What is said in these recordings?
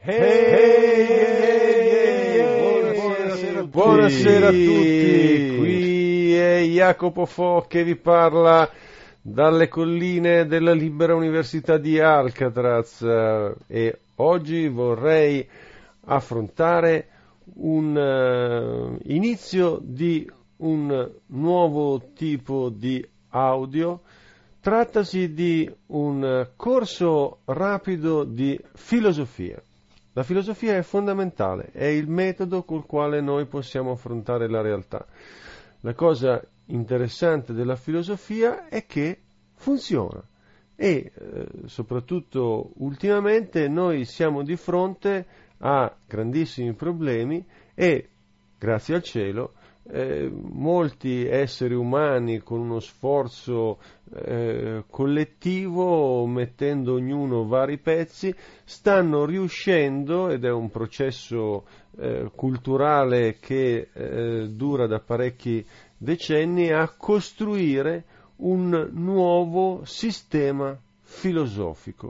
Buonasera a tutti, qui è Jacopo Fo che vi parla dalle colline della Libera Università di Alcatraz e oggi vorrei affrontare un inizio di un nuovo tipo di audio. Trattasi di un corso rapido di filosofia. La filosofia è fondamentale, è il metodo col quale noi possiamo affrontare la realtà. La cosa interessante della filosofia è che funziona e soprattutto ultimamente noi siamo di fronte a grandissimi problemi e, grazie al cielo, molti esseri umani con uno sforzo collettivo, mettendo ognuno vari pezzi, stanno riuscendo, ed è un processo culturale che dura da parecchi decenni, a costruire un nuovo sistema filosofico.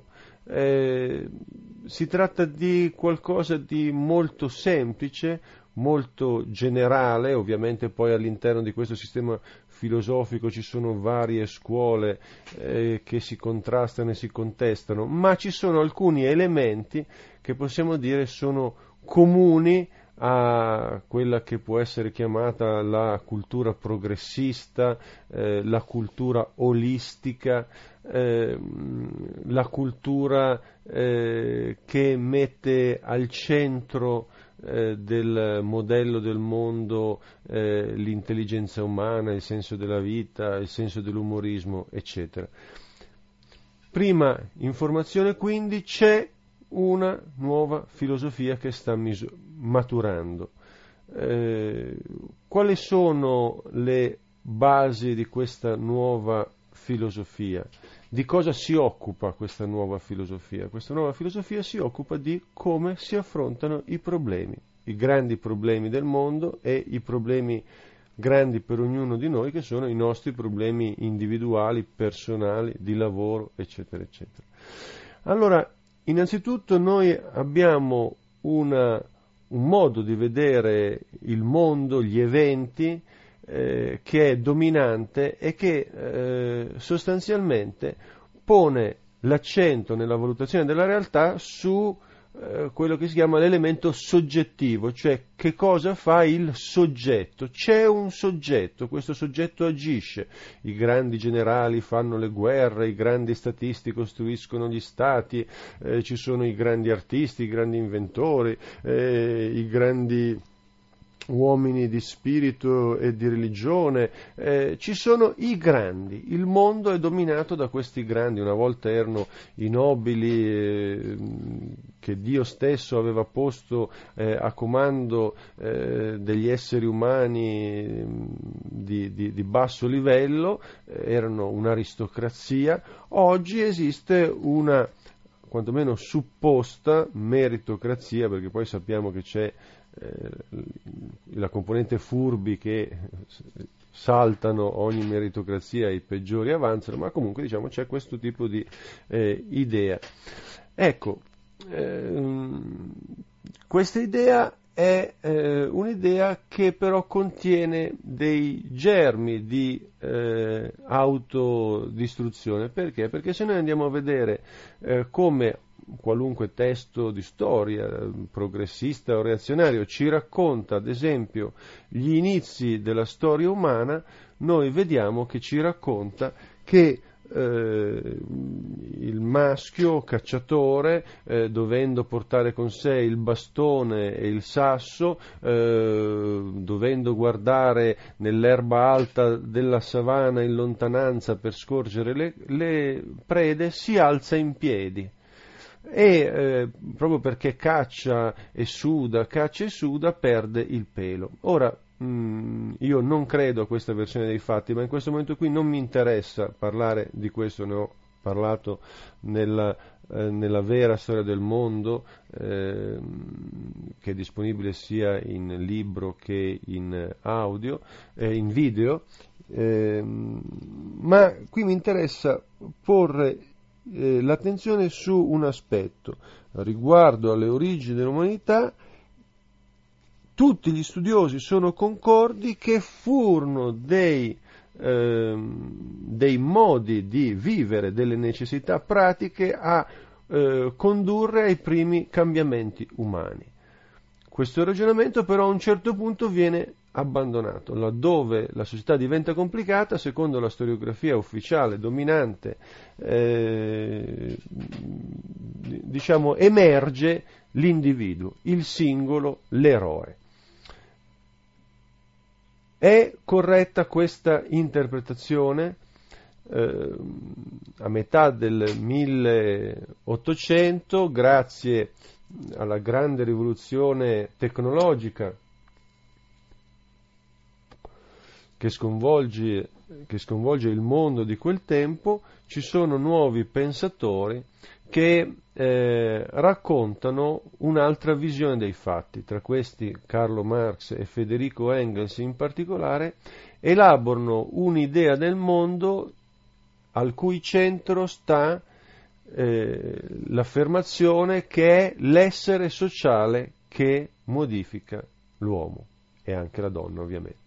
Si tratta di qualcosa di molto semplice, molto generale. Ovviamente poi all'interno di questo sistema filosofico ci sono varie scuole che si contrastano e si contestano, ma ci sono alcuni elementi che possiamo dire sono comuni a quella che può essere chiamata la cultura progressista, la cultura olistica, la cultura che mette al centro del modello del mondo l'intelligenza umana, il senso della vita, il senso dell'umorismo, eccetera. Prima informazione quindi: c'è una nuova filosofia che sta maturando. Quali sono le basi di questa nuova filosofia? Di cosa si occupa questa nuova filosofia? Questa nuova filosofia si occupa di come si affrontano i problemi, i grandi problemi del mondo e i problemi grandi per ognuno di noi, che sono i nostri problemi individuali, personali, di lavoro, eccetera, eccetera. Allora, innanzitutto noi abbiamo un modo di vedere il mondo, gli eventi, che è dominante e che sostanzialmente pone l'accento nella valutazione della realtà su quello che si chiama l'elemento soggettivo, cioè che cosa fa il soggetto. C'è un soggetto, questo soggetto agisce, i grandi generali fanno le guerre, i grandi statisti costruiscono gli stati, ci sono i grandi artisti, i grandi inventori, i grandi uomini di spirito e di religione, ci sono i grandi, il mondo è dominato da questi grandi. Una volta erano i nobili che Dio stesso aveva posto a comando degli esseri umani di basso livello, erano un'aristocrazia. Oggi esiste una, quantomeno supposta, meritocrazia, perché poi sappiamo che c'è la componente furbi che saltano ogni meritocrazia e i peggiori avanzano, ma comunque diciamo c'è questo tipo di idea. Ecco, questa idea è un'idea che però contiene dei germi di autodistruzione. Perché? Perché se noi andiamo a vedere come qualunque testo di storia progressista o reazionario ci racconta, ad esempio, gli inizi della storia umana, noi vediamo che ci racconta che il maschio cacciatore, dovendo portare con sé il bastone e il sasso, dovendo guardare nell'erba alta della savana in lontananza per scorgere le prede, si alza in piedi. E proprio perché caccia e suda, perde il pelo. Ora, io non credo a questa versione dei fatti, ma in questo momento qui non mi interessa parlare di questo, ne ho parlato nella vera storia del mondo, che è disponibile sia in libro che in audio, in video, ma qui mi interessa porre l'attenzione su un aspetto. riguardo alle origini dell'umanità, tutti gli studiosi sono concordi che furono dei modi di vivere, delle necessità pratiche a condurre ai primi cambiamenti umani. Questo ragionamento però a un certo punto viene abbandonato, laddove la società diventa complicata, secondo la storiografia ufficiale dominante, diciamo, emerge l'individuo, il singolo, l'eroe. È corretta questa interpretazione? A metà del 1800, grazie alla grande rivoluzione tecnologica che sconvolge il mondo di quel tempo, ci sono nuovi pensatori che raccontano un'altra visione dei fatti. Tra questi Carlo Marx e Federico Engels in particolare elaborano un'idea del mondo al cui centro sta l'affermazione che è l'essere sociale che modifica l'uomo e anche la donna, ovviamente.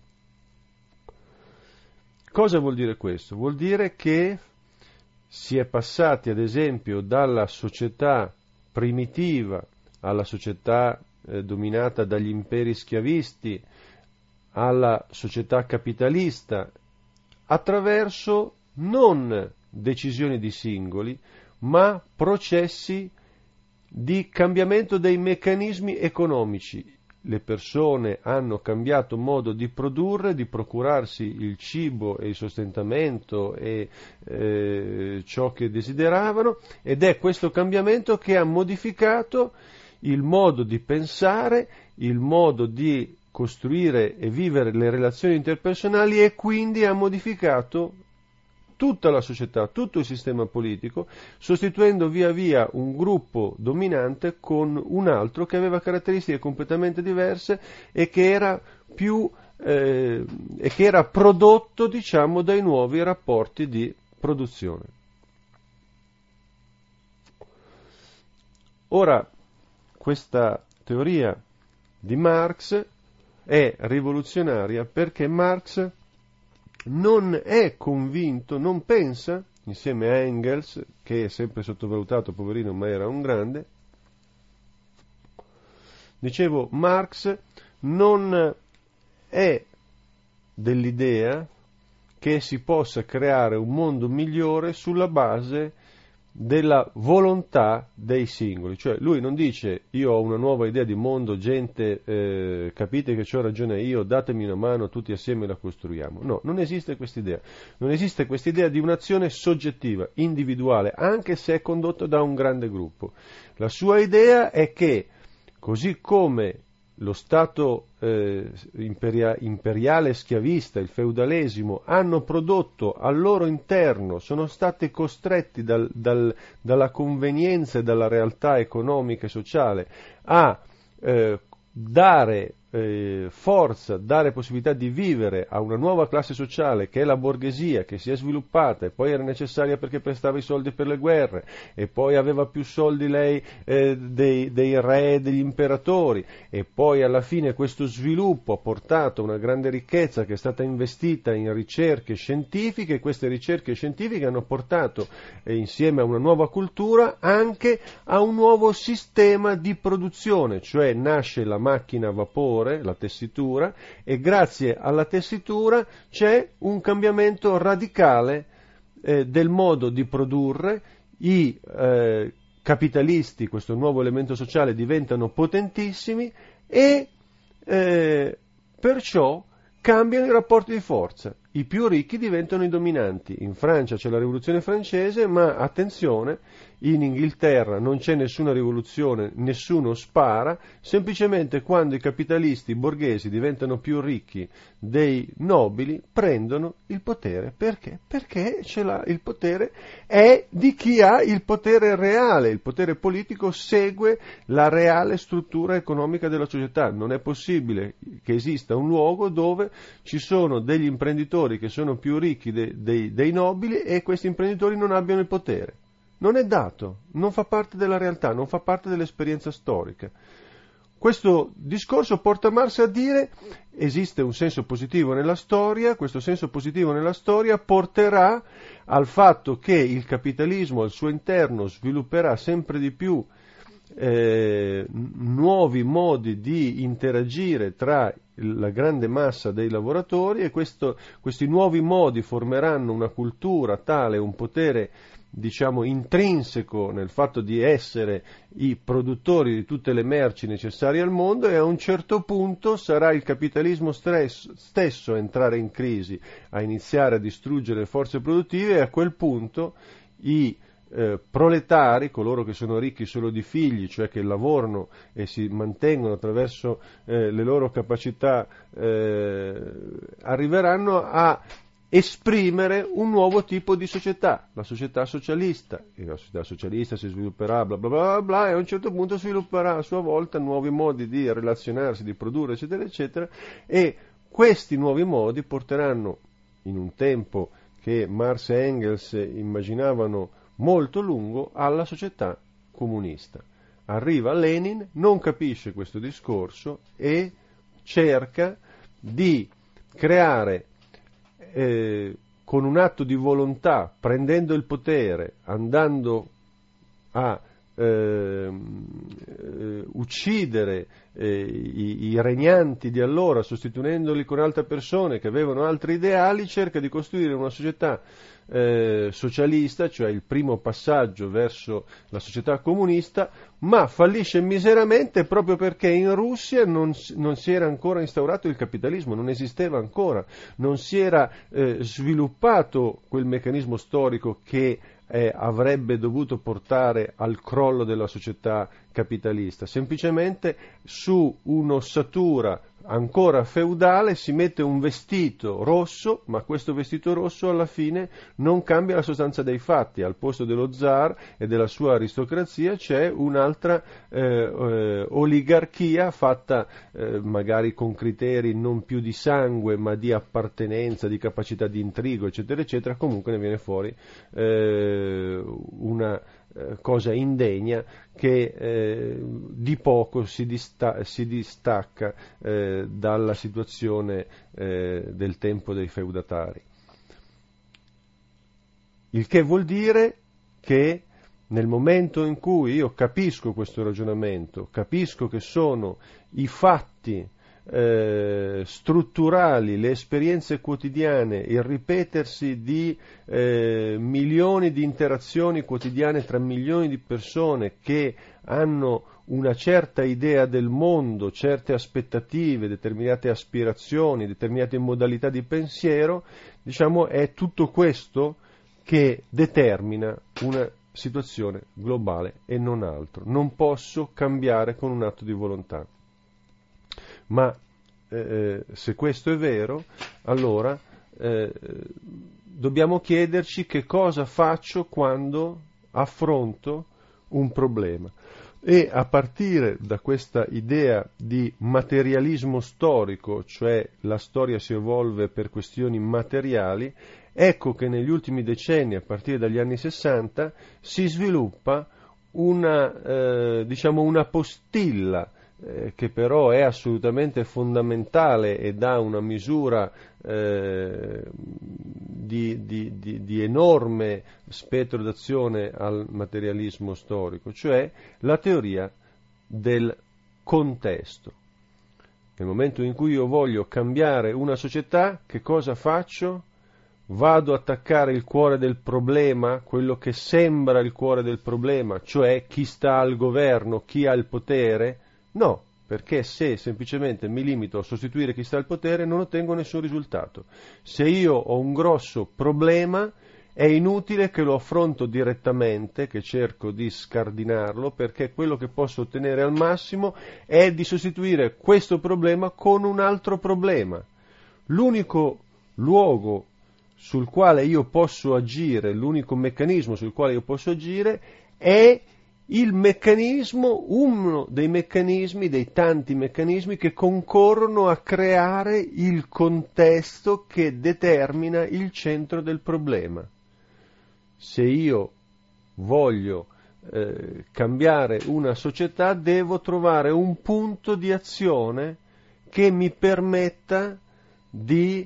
Cosa vuol dire questo? Vuol dire che si è passati, ad esempio, dalla società primitiva alla società dominata dagli imperi schiavisti alla società capitalista attraverso non decisioni di singoli, ma processi di cambiamento dei meccanismi economici. Le persone hanno cambiato modo di produrre, di procurarsi il cibo e il sostentamento e ciò che desideravano, ed è questo cambiamento che ha modificato il modo di pensare, il modo di costruire e vivere le relazioni interpersonali e quindi ha modificato tutta la società, tutto il sistema politico, sostituendo via via un gruppo dominante con un altro che aveva caratteristiche completamente diverse e che era prodotto, diciamo, dai nuovi rapporti di produzione. Ora, questa teoria di Marx è rivoluzionaria perché Marx non è convinto, non pensa, insieme a Engels, che è sempre sottovalutato, poverino, ma era un grande, dicevo, Marx non è dell'idea che si possa creare un mondo migliore sulla base della volontà dei singoli, cioè lui non dice io ho una nuova idea di mondo, gente, capite che c'ho ragione io, datemi una mano, tutti assieme la costruiamo. No, non esiste quest'idea, non esiste quest'idea di un'azione soggettiva, individuale, anche se è condotta da un grande gruppo. La sua idea è che, così come lo Stato imperiale schiavista, il feudalesimo, hanno prodotto al loro interno, sono stati costretti dalla convenienza e dalla realtà economica e sociale a dare forza, dare possibilità di vivere a una nuova classe sociale che è la borghesia, che si è sviluppata e poi era necessaria perché prestava i soldi per le guerre e poi aveva più soldi lei dei re e degli imperatori, e poi alla fine questo sviluppo ha portato una grande ricchezza che è stata investita in ricerche scientifiche, e queste ricerche scientifiche hanno portato insieme a una nuova cultura anche a un nuovo sistema di produzione, cioè nasce la macchina a vapore, la tessitura, e grazie alla tessitura c'è un cambiamento radicale del modo di produrre. I capitalisti, questo nuovo elemento sociale, diventano potentissimi e perciò cambiano i rapporti di forza. I più ricchi diventano i dominanti. In Francia c'è la rivoluzione francese, ma attenzione, in Inghilterra non c'è nessuna rivoluzione, nessuno spara, semplicemente quando i capitalisti borghesi diventano più ricchi dei nobili prendono il potere. Perché? Perché il potere è di chi ha il potere reale, il potere politico segue la reale struttura economica della società. Non è possibile che esista un luogo dove ci sono degli imprenditori che sono più ricchi dei nobili e questi imprenditori non abbiano il potere. non è dato, non fa parte della realtà, non fa parte dell'esperienza storica. Questo discorso porta Marx a dire esiste un senso positivo nella storia, questo senso positivo nella storia porterà al fatto che il capitalismo al suo interno svilupperà sempre di più nuovi modi di interagire tra la grande massa dei lavoratori e questi nuovi modi formeranno una cultura tale, un potere diciamo intrinseco nel fatto di essere i produttori di tutte le merci necessarie al mondo, e a un certo punto sarà il capitalismo stesso a entrare in crisi, a iniziare a distruggere le forze produttive, e a quel punto i proletari, coloro che sono ricchi solo di figli, cioè che lavorano e si mantengono attraverso le loro capacità, arriveranno a esprimere un nuovo tipo di società, la società socialista. E la società socialista si svilupperà bla bla bla bla, e a un certo punto svilupperà a sua volta nuovi modi di relazionarsi, di produrre, eccetera, eccetera, e questi nuovi modi porteranno, in un tempo che Marx e Engels immaginavano molto lungo, alla società comunista. Arriva Lenin, non capisce questo discorso e cerca di creare con un atto di volontà, prendendo il potere, andando a uccidere i regnanti di allora, sostituendoli con altre persone che avevano altri ideali, cerca di costruire una società socialista, cioè il primo passaggio verso la società comunista, ma fallisce miseramente proprio perché in Russia non si era ancora instaurato il capitalismo, non esisteva ancora, non si era sviluppato quel meccanismo storico che avrebbe dovuto portare al crollo della società capitalista. Semplicemente su un'ossatura ancora feudale si mette un vestito rosso, ma questo vestito rosso alla fine non cambia la sostanza dei fatti. Al posto dello zar e della sua aristocrazia c'è un'altra oligarchia fatta magari con criteri non più di sangue ma di appartenenza, di capacità di intrigo, eccetera, eccetera. Comunque ne viene fuori una cosa indegna che di poco si distacca dalla situazione del tempo dei feudatari. Il che vuol dire che nel momento in cui io capisco questo ragionamento, capisco che sono i fatti strutturali, le esperienze quotidiane, il ripetersi di milioni di interazioni quotidiane tra milioni di persone che hanno una certa idea del mondo, certe aspettative, determinate aspirazioni, determinate modalità di pensiero, diciamo, è tutto questo che determina una situazione globale e non altro. Non posso cambiare con un atto di volontà. Ma se questo è vero, allora dobbiamo chiederci che cosa faccio quando affronto un problema. E a partire da questa idea di materialismo storico, cioè la storia si evolve per questioni materiali, ecco che negli ultimi decenni, a partire dagli anni 60, si sviluppa una postilla che però è assolutamente fondamentale e dà una misura di enorme spettro d'azione al materialismo storico, cioè la teoria del contesto. Nel momento in cui io voglio cambiare una società, che cosa faccio? Vado a attaccare il cuore del problema, quello che sembra il cuore del problema, cioè chi sta al governo, chi ha il potere? No, perché se semplicemente mi limito a sostituire chi sta al potere non ottengo nessun risultato. Se io ho un grosso problema è inutile che lo affronto direttamente, che cerco di scardinarlo, perché quello che posso ottenere al massimo è di sostituire questo problema con un altro problema. L'unico luogo sul quale io posso agire, l'unico meccanismo sul quale io posso agire è il meccanismo, uno dei meccanismi, dei tanti meccanismi che concorrono a creare il contesto che determina il centro del problema. Se io voglio cambiare una società, devo trovare un punto di azione che mi permetta di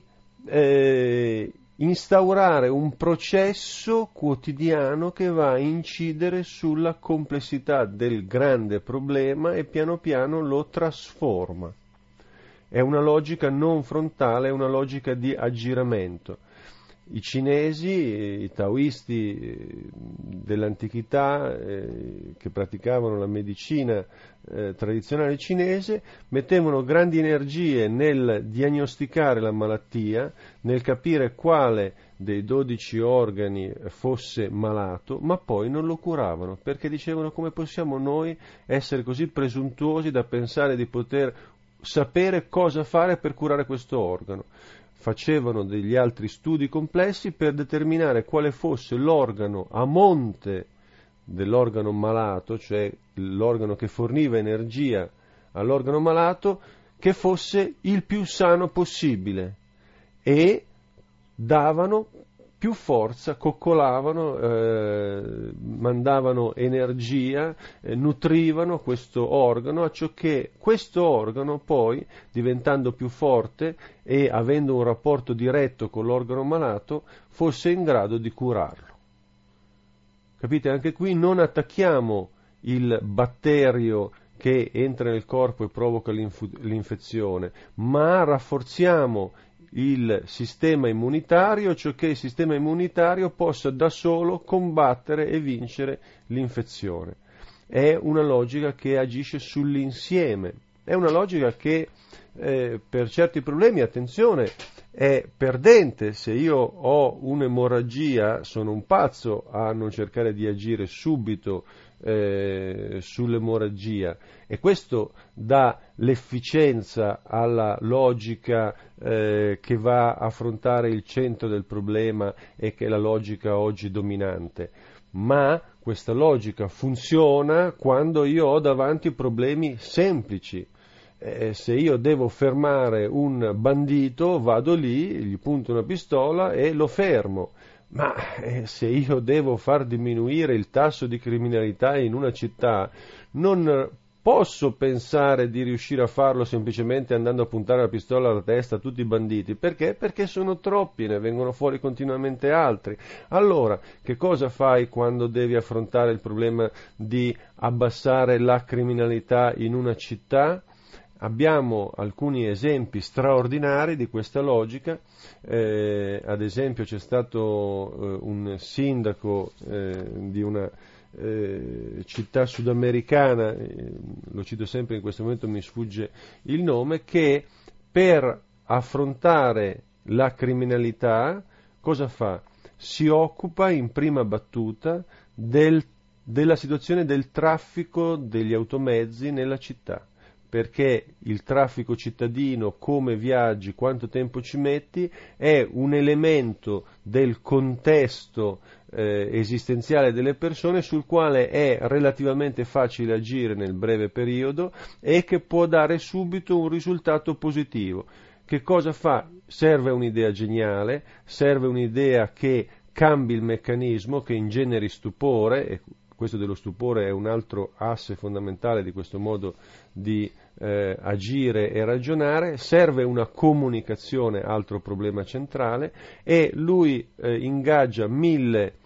instaurare un processo quotidiano che va a incidere sulla complessità del grande problema e piano piano lo trasforma. È una logica non frontale, è una logica di aggiramento. I cinesi, i taoisti dell'antichità che praticavano la medicina tradizionale cinese, mettevano grandi energie nel diagnosticare la malattia, nel capire quale dei 12 organi fosse malato, ma poi non lo curavano, perché dicevano: come possiamo noi essere così presuntuosi da pensare di poter sapere cosa fare per curare questo organo? Facevano degli altri studi complessi per determinare quale fosse l'organo a monte dell'organo malato, cioè l'organo che forniva energia all'organo malato, che fosse il più sano possibile, e davano più forza, coccolavano, mandavano energia, nutrivano questo organo, acciò che questo organo poi, diventando più forte e avendo un rapporto diretto con l'organo malato, fosse in grado di curarlo. Capite? Anche qui non attacchiamo il batterio che entra nel corpo e provoca l'infezione, ma rafforziamo il sistema immunitario, cioè che il sistema immunitario possa da solo combattere e vincere l'infezione. È una logica che agisce sull'insieme, è una logica che per certi problemi, attenzione, è perdente. Se io ho un'emorragia, sono un pazzo a non cercare di agire subito sull'emorragia, e questo dà l'efficienza alla logica che va a affrontare il centro del problema e che è la logica oggi dominante. Ma questa logica funziona quando io ho davanti problemi semplici. Se io devo fermare un bandito, vado lì, gli punto una pistola e lo fermo. Ma se io devo far diminuire il tasso di criminalità in una città, non posso pensare di riuscire a farlo semplicemente andando a puntare la pistola alla testa a tutti i banditi. Perché? Perché sono troppi, ne vengono fuori continuamente altri. Allora, che cosa fai quando devi affrontare il problema di abbassare la criminalità in una città? Abbiamo alcuni esempi straordinari di questa logica. Ad esempio c'è stato un sindaco di una città sudamericana, lo cito sempre, in questo momento mi sfugge il nome, che per affrontare la criminalità cosa fa? Si occupa in prima battuta della situazione del traffico degli automezzi nella città, perché il traffico cittadino, come viaggi, quanto tempo ci metti, è un elemento del contesto esistenziale delle persone sul quale è relativamente facile agire nel breve periodo e che può dare subito un risultato positivo. Che cosa fa? Serve un'idea geniale, serve un'idea che cambi il meccanismo, che ingeneri stupore, e questo dello stupore è un altro asse fondamentale di questo modo di agire e ragionare. Serve una comunicazione, altro problema centrale, e lui ingaggia 1000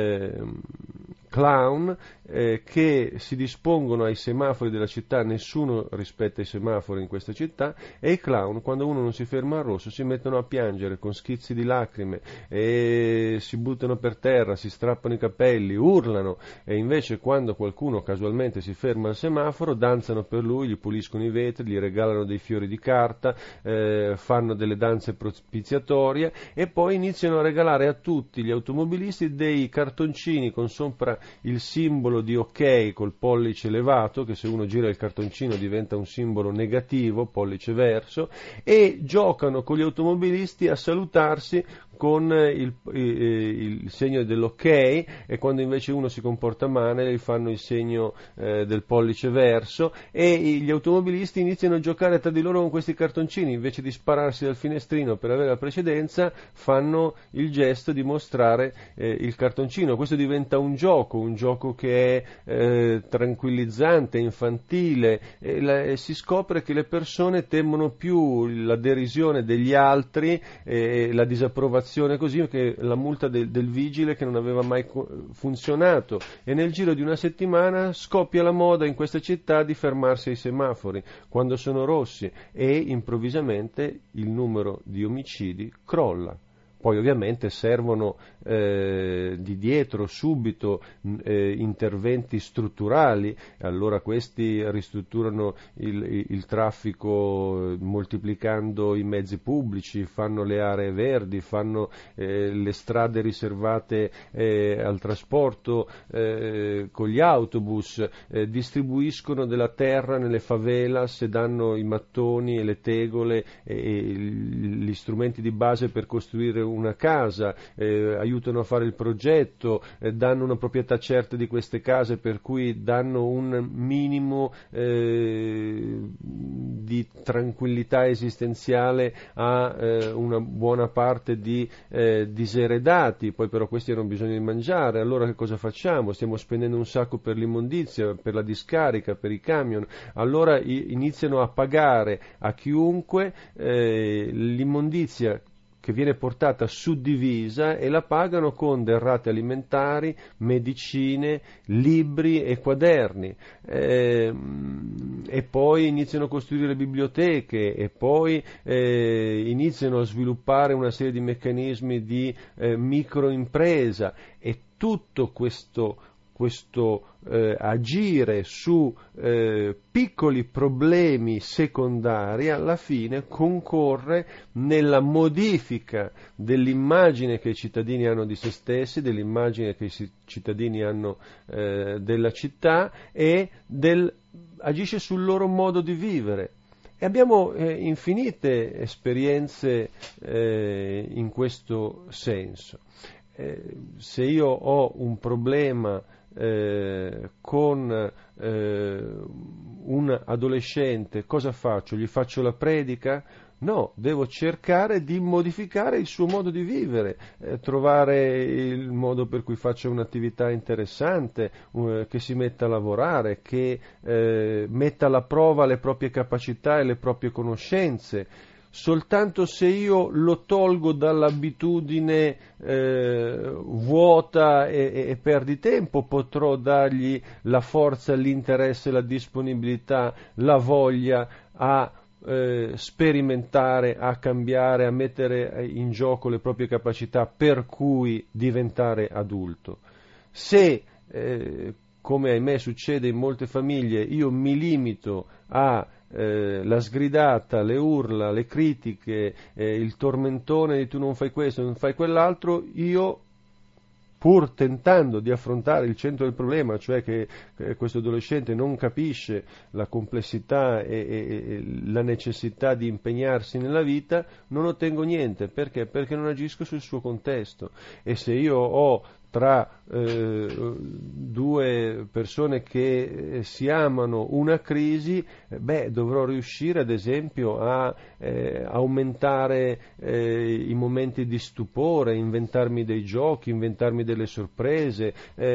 clown che si dispongono ai semafori della città. Nessuno rispetta i semafori in questa città, e i clown, quando uno non si ferma al rosso, si mettono a piangere con schizzi di lacrime e si buttano per terra, si strappano i capelli, urlano, e invece quando qualcuno casualmente si ferma al semaforo danzano per lui, gli puliscono i vetri, gli regalano dei fiori di carta, fanno delle danze propiziatorie, e poi iniziano a regalare a tutti gli automobilisti dei cartoncini con sopra il simbolo di ok col pollice elevato, che se uno gira il cartoncino diventa un simbolo negativo, pollice verso, e giocano con gli automobilisti a salutarsi con il segno dell'ok, e quando invece uno si comporta male gli fanno il segno del pollice verso, e gli automobilisti iniziano a giocare tra di loro con questi cartoncini, invece di spararsi dal finestrino per avere la precedenza fanno il gesto di mostrare il cartoncino. Questo diventa un gioco che è tranquillizzante, infantile, e si scopre che le persone temono più la derisione degli altri e la disapprovazione, così, che la multa del vigile che non aveva mai funzionato, e nel giro di una settimana scoppia la moda in questa città di fermarsi ai semafori quando sono rossi, e improvvisamente il numero di omicidi crolla. Poi ovviamente servono di dietro subito interventi strutturali, allora questi ristrutturano il traffico moltiplicando i mezzi pubblici, fanno le aree verdi, fanno le strade riservate al trasporto con gli autobus, distribuiscono della terra nelle favelas, danno i mattoni e le tegole e gli strumenti di base per costruire una casa, aiutano a fare il progetto, danno una proprietà certa di queste case, per cui danno un minimo di tranquillità esistenziale a una buona parte di diseredati. Poi però questi hanno bisogno di mangiare, allora che cosa facciamo? Stiamo spendendo un sacco per l'immondizia, per la discarica, per i camion, allora iniziano a pagare a chiunque l'immondizia che viene portata suddivisa, e la pagano con derrate alimentari, medicine, libri e quaderni, e poi iniziano a costruire biblioteche, e poi iniziano a sviluppare una serie di meccanismi di microimpresa, e tutto questo agire su piccoli problemi secondari alla fine concorre nella modifica dell'immagine che i cittadini hanno di se stessi, dell'immagine che i cittadini hanno della città, e agisce sul loro modo di vivere. E abbiamo infinite esperienze in questo senso. Se io ho un problema con un adolescente, cosa faccio? Gli faccio la predica? No, devo cercare di modificare il suo modo di vivere, trovare il modo per cui faccia un'attività interessante, che si metta a lavorare, che metta alla prova le proprie capacità e le proprie conoscenze. Soltanto se io lo tolgo dall'abitudine vuota e perdi tempo, potrò dargli la forza, l'interesse, la disponibilità, la voglia a sperimentare, a cambiare, a mettere in gioco le proprie capacità, per cui diventare adulto. Se, come ahimè succede in molte famiglie, io mi limito a la sgridata, le urla, le critiche, il tormentone di tu non fai questo, non fai quell'altro, io, pur tentando di affrontare il centro del problema, cioè che questo adolescente non capisce la complessità e la necessità di impegnarsi nella vita, non ottengo niente. Perché? Perché non agisco sul suo contesto. E se io ho tra due persone che si amano una crisi, dovrò riuscire ad esempio a aumentare i momenti di stupore, inventarmi dei giochi, inventarmi delle sorprese,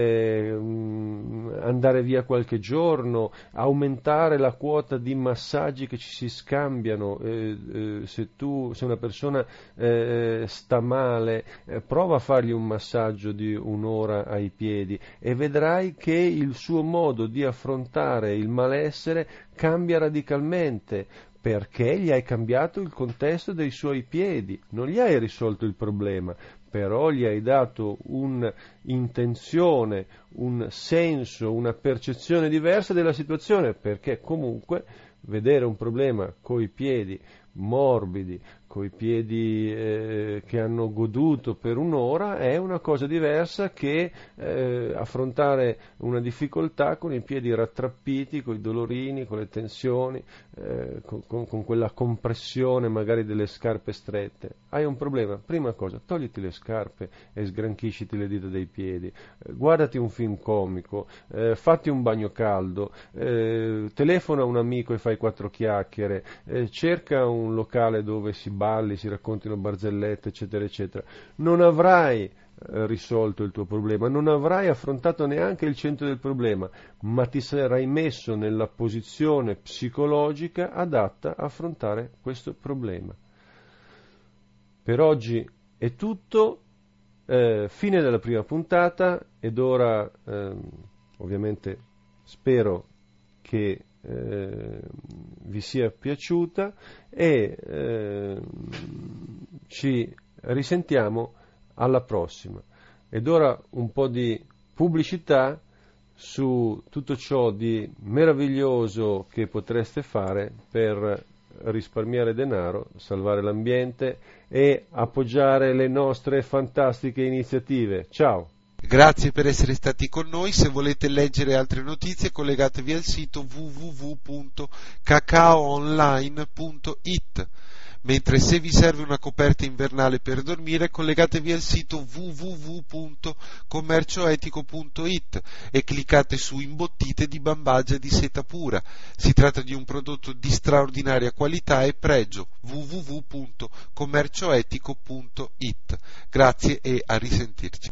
andare via qualche giorno, aumentare la quota di massaggi che ci si scambiano. Se una persona sta male, prova a fargli un massaggio di un'ora ai piedi e vedrai che il suo modo di affrontare il malessere cambia radicalmente, perché gli hai cambiato il contesto dei suoi piedi. Non gli hai risolto il problema, però gli hai dato un'intenzione, un senso, una percezione diversa della situazione, perché comunque vedere un problema coi piedi morbidi, coi piedi che hanno goduto per un'ora, è una cosa diversa che affrontare una difficoltà con i piedi rattrappiti, con i dolorini, con le tensioni, con quella compressione magari delle scarpe strette. Hai un problema? Prima cosa, togliti le scarpe e sgranchisciti le dita dei piedi, guardati un film comico, fatti un bagno caldo, telefona a un amico e fai 4 chiacchiere, cerca un locale dove si balli, si raccontino barzellette, eccetera, eccetera. Non avrai risolto il tuo problema, non avrai affrontato neanche il centro del problema, ma ti sarai messo nella posizione psicologica adatta a affrontare questo problema. Per oggi è tutto, fine della prima puntata, ed ora ovviamente spero che vi sia piaciuta e ci risentiamo alla prossima. Ed ora un po' di pubblicità su tutto ciò di meraviglioso che potreste fare per risparmiare denaro, salvare l'ambiente e appoggiare le nostre fantastiche iniziative. Ciao! Grazie per essere stati con noi. Se volete leggere altre notizie, collegatevi al sito www.cacaoonline.it, mentre se vi serve una coperta invernale per dormire, collegatevi al sito www.commercioetico.it e cliccate su imbottite di bambagia di seta pura. Si tratta di un prodotto di straordinaria qualità e pregio. www.commercioetico.it. Grazie e a risentirci.